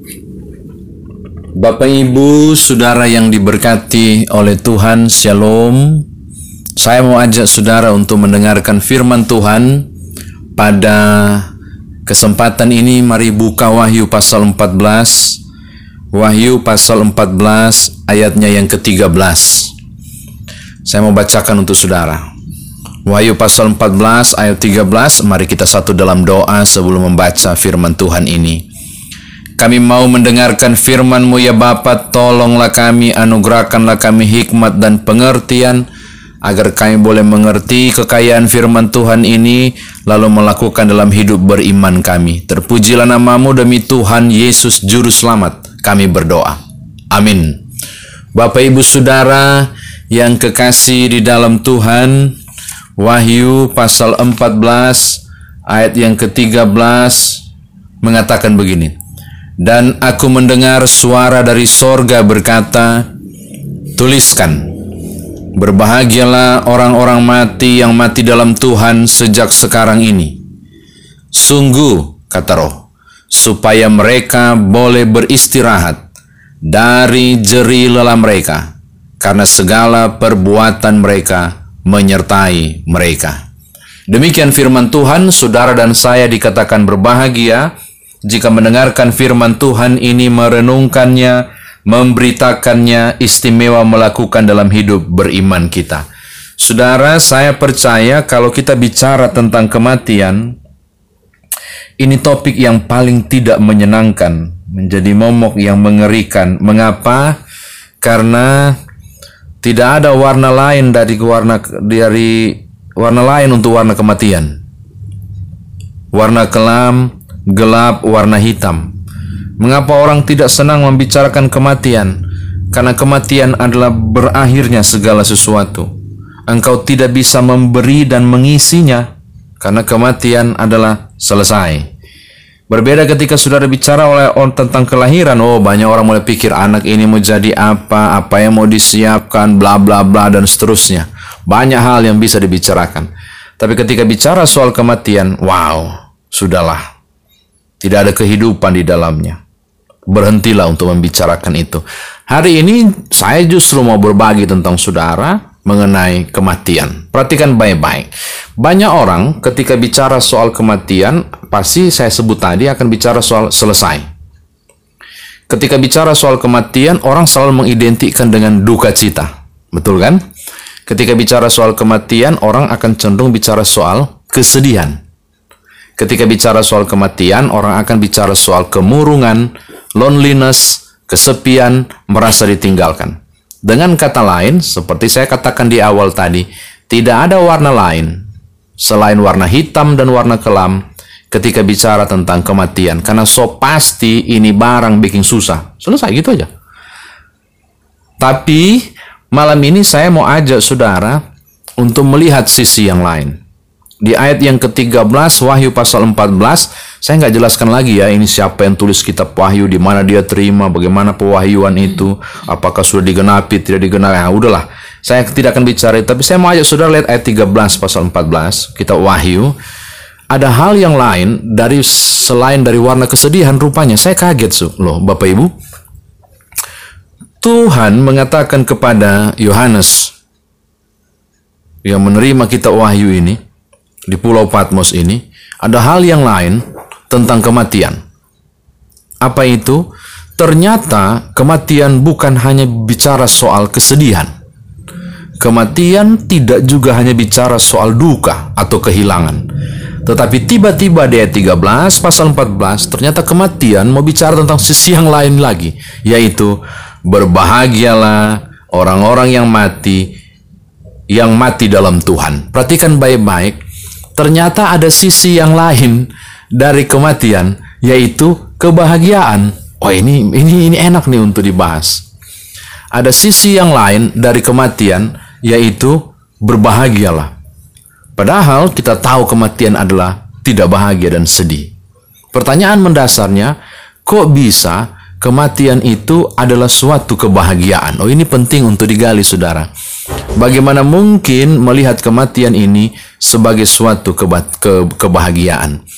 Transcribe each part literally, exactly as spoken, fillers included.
Bapak, Ibu, Saudara yang diberkati oleh Tuhan, Shalom. Saya mau ajak saudara untuk mendengarkan firman Tuhan. Pada kesempatan ini mari buka Wahyu pasal empat belas. Wahyu pasal empat belas ayatnya yang ketiga belas. Saya mau bacakan untuk saudara. Wahyu pasal empat belas ayat tiga belas. Mari kita satu dalam doa sebelum membaca firman Tuhan ini. Kami mau mendengarkan firman-Mu ya Bapa, tolonglah kami, anugerahkanlah kami hikmat dan pengertian, agar kami boleh mengerti kekayaan firman Tuhan ini, lalu melakukan dalam hidup beriman kami. Terpujilah nama-Mu demi Tuhan Yesus Juru Selamat, kami berdoa. Amin. Bapak, Ibu, Saudara yang kekasih di dalam Tuhan, Wahyu pasal empat belas ayat yang ketiga belas mengatakan begini. Dan aku mendengar suara dari sorga berkata, tuliskan, berbahagialah orang-orang mati yang mati dalam Tuhan sejak sekarang ini. Sungguh, kata Roh, supaya mereka boleh beristirahat dari jerih lelah mereka, karena segala perbuatan mereka menyertai mereka. Demikian firman Tuhan. Saudara dan saya dikatakan berbahagia jika mendengarkan firman Tuhan ini, merenungkannya, memberitakannya, istimewa melakukan dalam hidup beriman kita. Saudara, saya percaya kalau kita bicara tentang kematian, ini topik yang paling tidak menyenangkan, menjadi momok yang mengerikan. Mengapa? Karena tidak ada warna lain dari warna dari warna lain untuk warna kematian. Warna kelam, gelap, warna hitam. Mengapa orang tidak senang membicarakan kematian? Karena kematian adalah berakhirnya segala sesuatu. Engkau tidak bisa memberi dan mengisinya, karena kematian adalah selesai. Berbeda ketika saudara bicara oleh orang tentang kelahiran. Oh, banyak orang mulai pikir anak ini mau jadi apa, apa yang mau disiapkan, bla bla bla dan seterusnya. Banyak hal yang bisa dibicarakan. Tapi ketika bicara soal kematian, wow, sudahlah. Tidak ada kehidupan di dalamnya. Berhentilah untuk membicarakan itu. Hari ini saya justru mau berbagi tentang saudara mengenai kematian. Perhatikan baik-baik. Banyak orang ketika bicara soal kematian, pasti saya sebut tadi akan bicara soal selesai. Ketika bicara soal kematian, orang selalu mengidentikan dengan duka cita. Betul kan? Ketika bicara soal kematian, orang akan cenderung bicara soal kesedihan. Ketika bicara soal kematian, orang akan bicara soal kemurungan, loneliness, kesepian, merasa ditinggalkan. Dengan kata lain, seperti saya katakan di awal tadi, tidak ada warna lain selain warna hitam dan warna kelam ketika bicara tentang kematian. Karena so pasti ini barang bikin susah. Selesai gitu aja. Tapi malam ini saya mau ajak saudara untuk melihat sisi yang lain. Di ayat yang ketiga belas, Wahyu pasal empat belas, saya nggak jelaskan lagi ya, ini siapa yang tulis kitab Wahyu, di mana dia terima, bagaimana pewahyuan itu, apakah sudah digenapi, tidak digenapi, nah udahlah. Saya tidak akan bicara, tapi saya mau ajak saudara lihat ayat tiga belas pasal empat belas, kitab Wahyu. Ada hal yang lain dari selain dari warna kesedihan rupanya. Saya kaget loh, Bapak Ibu. Tuhan mengatakan kepada Yohanes yang menerima kitab Wahyu ini, di Pulau Patmos ini, ada hal yang lain tentang kematian. Apa itu? Ternyata kematian bukan hanya bicara soal kesedihan. Kematian tidak juga hanya bicara soal duka atau kehilangan. Tetapi tiba-tiba di ayat tiga belas pasal empat belas, ternyata kematian mau bicara tentang sisi yang lain lagi, yaitu berbahagialah orang-orang yang mati, yang mati dalam Tuhan. Perhatikan baik-baik. Ternyata ada sisi yang lain dari kematian, yaitu kebahagiaan. Oh, ini ini ini enak nih untuk dibahas. Ada sisi yang lain dari kematian, yaitu berbahagialah. Padahal kita tahu kematian adalah tidak bahagia dan sedih. Pertanyaan mendasarnya, kok bisa kematian itu adalah suatu kebahagiaan? Oh, ini penting untuk digali, saudara. Bagaimana mungkin melihat kematian ini sebagai suatu keba ke kebahagiaan?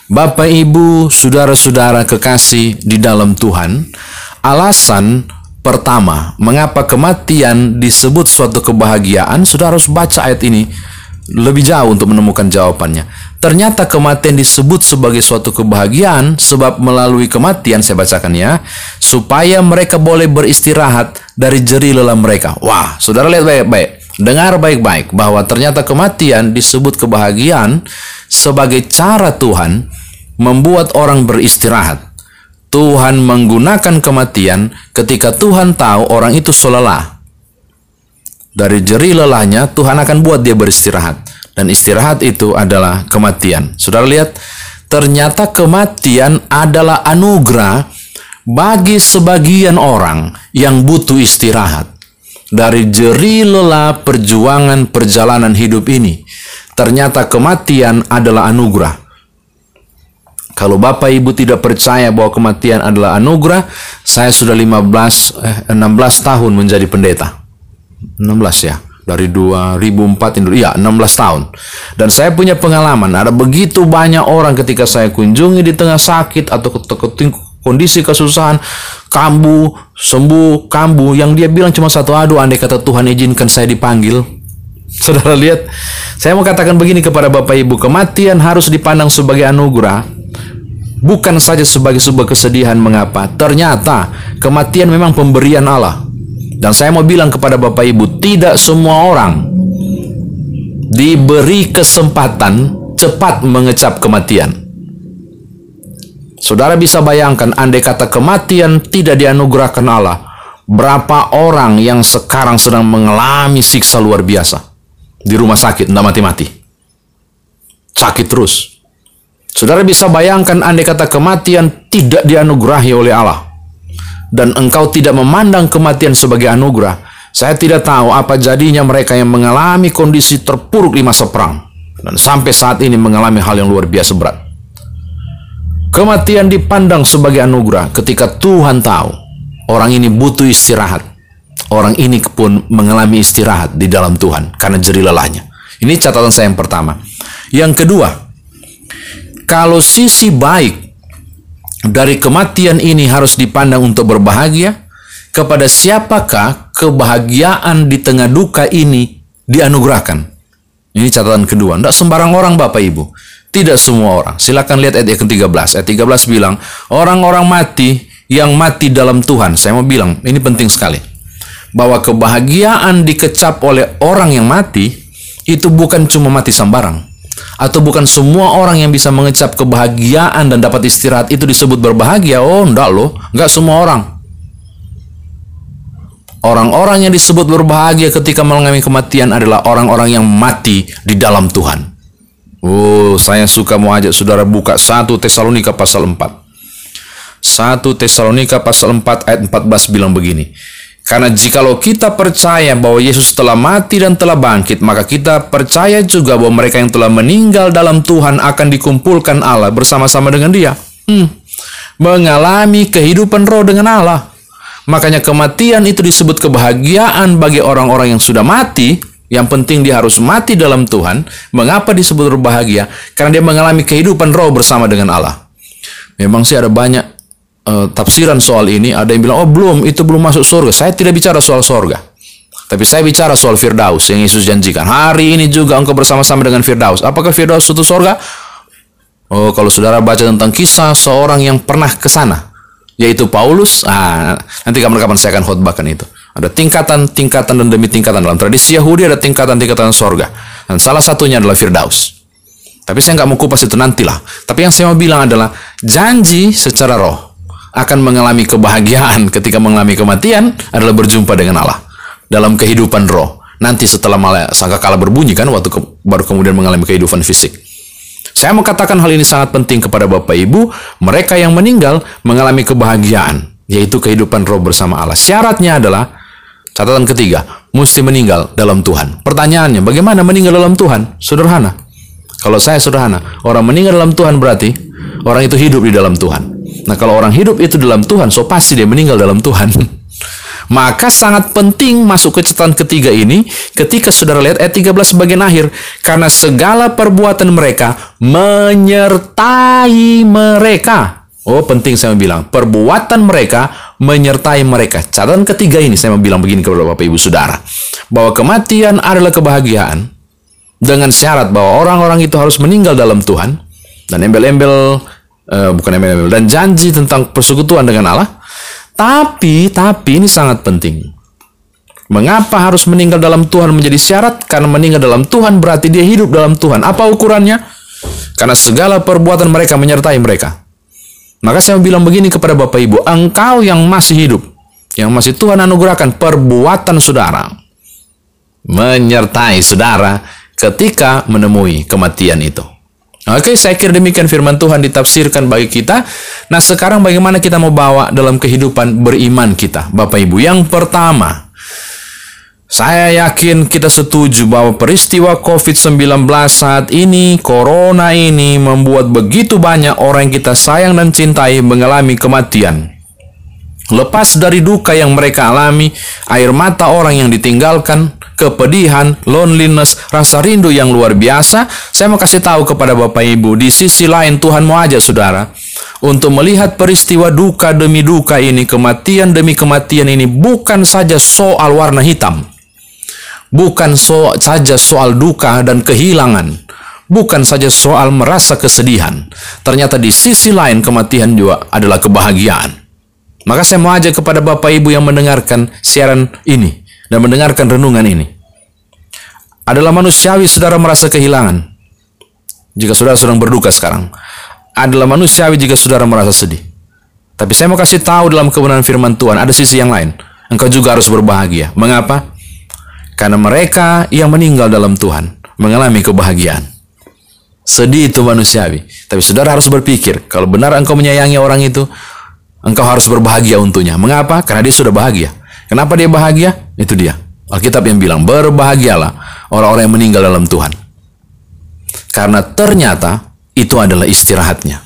Bapak, Ibu, saudara-saudara kekasih di dalam Tuhan, alasan pertama mengapa kematian disebut suatu kebahagiaan, saudara harus baca ayat ini lebih jauh untuk menemukan jawabannya. Ternyata kematian disebut sebagai suatu kebahagiaan sebab melalui kematian, saya bacakan ya, supaya mereka boleh beristirahat dari jerih lelah mereka. Wah, saudara lihat baik-baik. Dengar baik-baik bahwa ternyata kematian disebut kebahagiaan sebagai cara Tuhan membuat orang beristirahat. Tuhan menggunakan kematian ketika Tuhan tahu orang itu lelah. Dari jerih lelahnya, Tuhan akan buat dia beristirahat. Dan istirahat itu adalah kematian. Saudara lihat, ternyata kematian adalah anugerah bagi sebagian orang yang butuh istirahat. Dari jerih lelah perjuangan perjalanan hidup ini, ternyata kematian adalah anugerah. Kalau Bapak Ibu tidak percaya bahwa kematian adalah anugerah, saya sudah lima belas, eh, enam belas tahun menjadi pendeta. enam belas ya, dari dua ribu empat, iya enam belas tahun. Dan saya punya pengalaman, ada begitu banyak orang ketika saya kunjungi di tengah sakit atau kondisi kesusahan, kambuh, sembuh, kambuh, yang dia bilang cuma satu, aduh andai kata Tuhan izinkan saya dipanggil. Saudara lihat, saya mau katakan begini kepada Bapak Ibu, kematian harus dipandang sebagai anugerah, bukan saja sebagai sebuah kesedihan. Mengapa? Ternyata kematian memang pemberian Allah. Dan saya mau bilang kepada Bapak Ibu, tidak semua orang diberi kesempatan cepat mengecap kematian. Saudara bisa bayangkan, andai kata kematian tidak dianugerahkan Allah, berapa orang yang sekarang sedang mengalami siksa luar biasa di rumah sakit, tidak mati-mati, sakit terus. Saudara bisa bayangkan, andai kata kematian tidak dianugerahi oleh Allah, dan engkau tidak memandang kematian sebagai anugerah, saya tidak tahu apa jadinya mereka yang mengalami kondisi terpuruk di masa perang, dan sampai saat ini mengalami hal yang luar biasa berat. Kematian dipandang sebagai anugerah ketika Tuhan tahu orang ini butuh istirahat. Orang ini pun mengalami istirahat di dalam Tuhan karena jerih lelahnya. Ini catatan saya yang pertama. Yang kedua, kalau sisi baik dari kematian ini harus dipandang untuk berbahagia, kepada siapakah kebahagiaan di tengah duka ini dianugerahkan? Ini catatan kedua. Tidak sembarang orang, Bapak Ibu. Tidak semua orang. Silakan lihat ayat ke tiga belas. Ayat tiga belas bilang, orang-orang mati yang mati dalam Tuhan. Saya mau bilang, ini penting sekali. Bahwa kebahagiaan dikecap oleh orang yang mati, itu bukan cuma mati sambarang. Atau bukan semua orang yang bisa mengecap kebahagiaan dan dapat istirahat itu disebut berbahagia. Oh, enggak loh. Enggak semua orang. Orang-orang yang disebut berbahagia ketika mengalami kematian adalah orang-orang yang mati di dalam Tuhan. Oh, saya suka mau ajak saudara buka satu Tesalonika pasal empat. satu Tesalonika pasal empat ayat empat belas bilang begini. Karena jikalau kita percaya bahwa Yesus telah mati dan telah bangkit, maka kita percaya juga bahwa mereka yang telah meninggal dalam Tuhan akan dikumpulkan Allah bersama-sama dengan Dia. Hmm. Mengalami kehidupan roh dengan Allah. Makanya kematian itu disebut kebahagiaan bagi orang-orang yang sudah mati. Yang penting dia harus mati dalam Tuhan. Mengapa disebut berbahagia? Karena dia mengalami kehidupan roh bersama dengan Allah. Memang sih ada banyak uh, tafsiran soal ini. Ada yang bilang, oh belum, itu belum masuk surga. Saya tidak bicara soal surga, tapi saya bicara soal Firdaus yang Yesus janjikan. Hari ini juga engkau bersama-sama dengan Firdaus. Apakah Firdaus itu surga? Oh, kalau saudara baca tentang kisah seorang yang pernah ke sana, yaitu Paulus, ah, nanti kapan-kapan saya akan khotbahkan itu. Ada tingkatan-tingkatan dan demi tingkatan. Dalam tradisi Yahudi ada tingkatan-tingkatan sorga. Dan salah satunya adalah Firdaus. Tapi saya nggak mau kupas itu, nantilah. Tapi yang saya mau bilang adalah, janji secara roh akan mengalami kebahagiaan ketika mengalami kematian adalah berjumpa dengan Allah. Dalam kehidupan roh. Nanti setelah sangkakala berbunyi kan, waktu ke, baru kemudian mengalami kehidupan fisik. Saya mau katakan hal ini sangat penting kepada Bapak Ibu. Mereka yang meninggal mengalami kebahagiaan, yaitu kehidupan roh bersama Allah. Syaratnya adalah, catatan ketiga, mesti meninggal dalam Tuhan. Pertanyaannya, bagaimana meninggal dalam Tuhan? Sederhana. Kalau saya sederhana, orang meninggal dalam Tuhan berarti orang itu hidup di dalam Tuhan. Nah, kalau orang hidup itu dalam Tuhan, so pasti dia meninggal dalam Tuhan. Maka sangat penting masuk ke catatan ketiga ini ketika saudara lihat ayat tiga belas bagian akhir. Karena segala perbuatan mereka menyertai mereka. Oh, penting saya bilang. Perbuatan mereka menyertai mereka. Catatan ketiga ini saya mau bilang begini kepada Bapak Ibu Saudara. Bahwa kematian adalah kebahagiaan. Dengan syarat bahwa orang-orang itu harus meninggal dalam Tuhan. Dan embel-embel, uh, bukan embel-embel, dan janji tentang persekutuan dengan Allah. Tapi, tapi ini sangat penting. Mengapa harus meninggal dalam Tuhan menjadi syarat? Karena meninggal dalam Tuhan berarti dia hidup dalam Tuhan. Apa ukurannya? Karena segala perbuatan mereka menyertai mereka. Maka saya bilang begini kepada Bapak Ibu, engkau yang masih hidup, yang masih Tuhan anugerahkan, perbuatan saudara menyertai saudara ketika menemui kematian itu. Oke, saya kira demikian firman Tuhan ditafsirkan bagi kita. Nah, sekarang bagaimana kita mau bawa dalam kehidupan beriman kita, Bapak Ibu? Yang pertama, saya yakin kita setuju bahwa peristiwa covid sembilan belas saat ini, corona ini, membuat begitu banyak orang yang kita sayang dan cintai mengalami kematian. Lepas dari duka yang mereka alami, air mata orang yang ditinggalkan, kepedihan, loneliness, rasa rindu yang luar biasa, saya mau kasih tahu kepada Bapak Ibu, di sisi lain Tuhan mau ajak saudara untuk melihat peristiwa duka demi duka ini, kematian demi kematian ini, bukan saja soal warna hitam, bukan so saja soal duka dan kehilangan, bukan saja soal merasa kesedihan. Ternyata di sisi lain kematian juga adalah kebahagiaan. Maka saya mau ajak kepada Bapak Ibu yang mendengarkan siaran ini dan mendengarkan renungan ini. Adalah manusiawi saudara merasa kehilangan. Jika saudara sedang berduka sekarang. Adalah manusiawi jika saudara merasa sedih. Tapi saya mau kasih tahu dalam kebenaran firman Tuhan, ada sisi yang lain. Engkau juga harus berbahagia. Mengapa? Karena mereka yang meninggal dalam Tuhan mengalami kebahagiaan. Sedih itu manusiawi. Tapi saudara harus berpikir, kalau benar engkau menyayangi orang itu, engkau harus berbahagia untuknya. Mengapa? Karena dia sudah bahagia. Kenapa dia bahagia? Itu dia. Alkitab yang bilang, berbahagialah orang-orang yang meninggal dalam Tuhan. Karena ternyata itu adalah istirahatnya.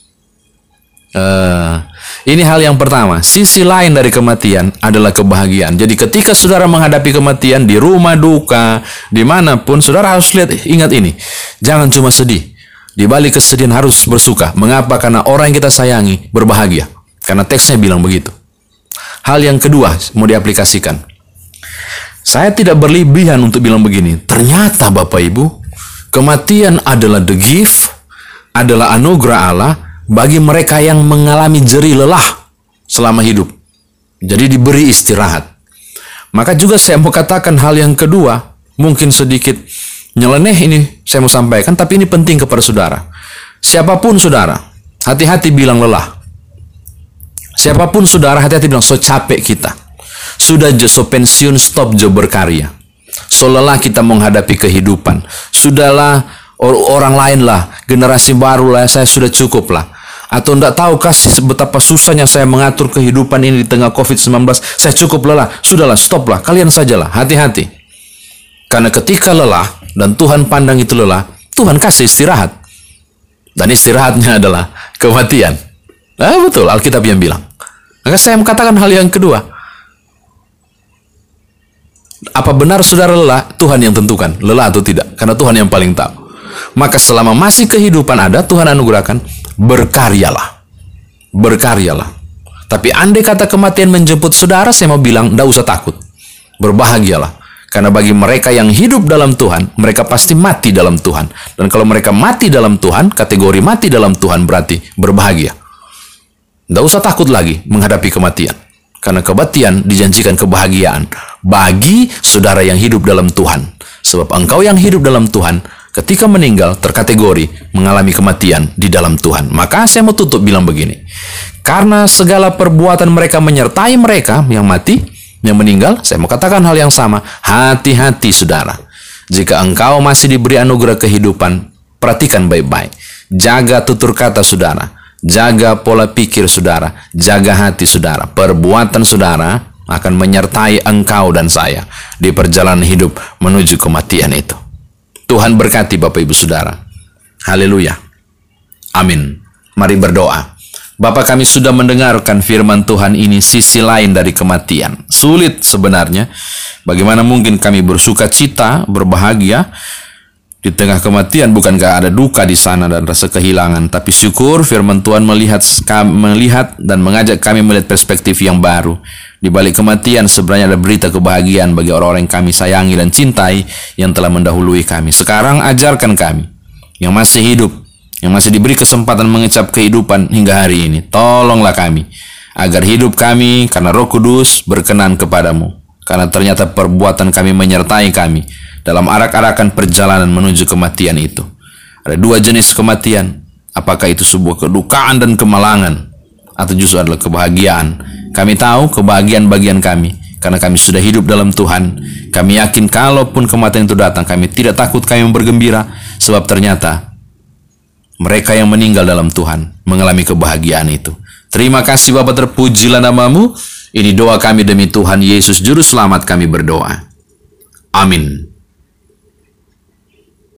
Uh, ini hal yang pertama. Sisi lain dari kematian adalah kebahagiaan. Jadi ketika saudara menghadapi kematian di rumah duka, dimanapun, saudara harus lihat, ingat ini. Jangan cuma sedih. Di balik kesedihan harus bersuka. Mengapa? Karena orang yang kita sayangi berbahagia. Karena teksnya bilang begitu. Hal yang kedua mau diaplikasikan. Saya tidak berlebihan untuk bilang begini. Ternyata Bapak Ibu, kematian adalah the gift, adalah anugerah Allah bagi mereka yang mengalami jerih lelah selama hidup. Jadi diberi istirahat. Maka juga saya mau katakan hal yang kedua, mungkin sedikit nyeleneh ini saya mau sampaikan, tapi ini penting kepada saudara. Siapapun saudara, hati-hati bilang lelah. Siapapun saudara, hati-hati bilang, so capek kita. Sudah jo so pensiun, stop jo berkarya. So lelah kita menghadapi kehidupan. Sudahlah, or orang lain lah, generasi baru lah, saya sudah cukup lah. Atau tidak tahukah betapa susahnya saya mengatur kehidupan ini di tengah covid sembilan belas. Saya cukup lelah. Sudahlah, stop lah. Kalian sajalah, hati-hati. Karena ketika lelah, dan Tuhan pandang itu lelah, Tuhan kasih istirahat. Dan istirahatnya adalah kematian. Nah, betul, Alkitab yang bilang. Maka saya mengatakan hal yang kedua. Apa benar saudara lelah? Tuhan yang tentukan, lelah atau tidak. Karena Tuhan yang paling tahu. Maka selama masih kehidupan ada, Tuhan anugerahkan, berkaryalah. Berkaryalah. Tapi andai kata kematian menjemput saudara, saya mau bilang, tidak usah takut. Berbahagialah. Karena bagi mereka yang hidup dalam Tuhan, mereka pasti mati dalam Tuhan. Dan kalau mereka mati dalam Tuhan, kategori mati dalam Tuhan berarti berbahagia. Tidak usah takut lagi menghadapi kematian. Karena kematian dijanjikan kebahagiaan bagi saudara yang hidup dalam Tuhan. Sebab engkau yang hidup dalam Tuhan, ketika meninggal terkategori mengalami kematian di dalam Tuhan. Maka saya mau tutup bilang begini. Karena segala perbuatan mereka menyertai mereka yang mati, yang meninggal, saya mau katakan hal yang sama. Hati-hati saudara. Jika engkau masih diberi anugerah kehidupan, perhatikan baik-baik. Jaga tutur kata saudara. Jaga pola pikir saudara, jaga hati saudara. Perbuatan saudara akan menyertai engkau dan saya di perjalanan hidup menuju kematian itu. Tuhan berkati Bapak Ibu Saudara. Haleluya. Amin. Mari berdoa. Bapa, kami sudah mendengarkan firman Tuhan ini, sisi lain dari kematian. Sulit sebenarnya. Bagaimana mungkin kami bersuka cita, berbahagia di tengah kematian? Bukankah ada duka di sana dan rasa kehilangan? Tapi syukur firman Tuhan melihat melihat dan mengajak kami melihat perspektif yang baru. Di balik kematian sebenarnya ada berita kebahagiaan bagi orang-orang yang kami sayangi dan cintai, yang telah mendahului kami. Sekarang ajarkan kami yang masih hidup, yang masih diberi kesempatan mengecap kehidupan hingga hari ini, tolonglah kami agar hidup kami karena Roh Kudus berkenan kepadamu. Karena ternyata perbuatan kami menyertai kami dalam arak-arakan perjalanan menuju kematian itu. Ada dua jenis kematian. Apakah itu sebuah kedukaan dan kemalangan, atau justru adalah kebahagiaan? Kami tahu kebahagiaan bagian kami, karena kami sudah hidup dalam Tuhan. Kami yakin kalaupun kematian itu datang, kami tidak takut, kami bergembira, sebab ternyata mereka yang meninggal dalam Tuhan mengalami kebahagiaan itu. Terima kasih Bapa, terpujilah namamu. Ini doa kami demi Tuhan Yesus Juru Selamat kami berdoa. Amin.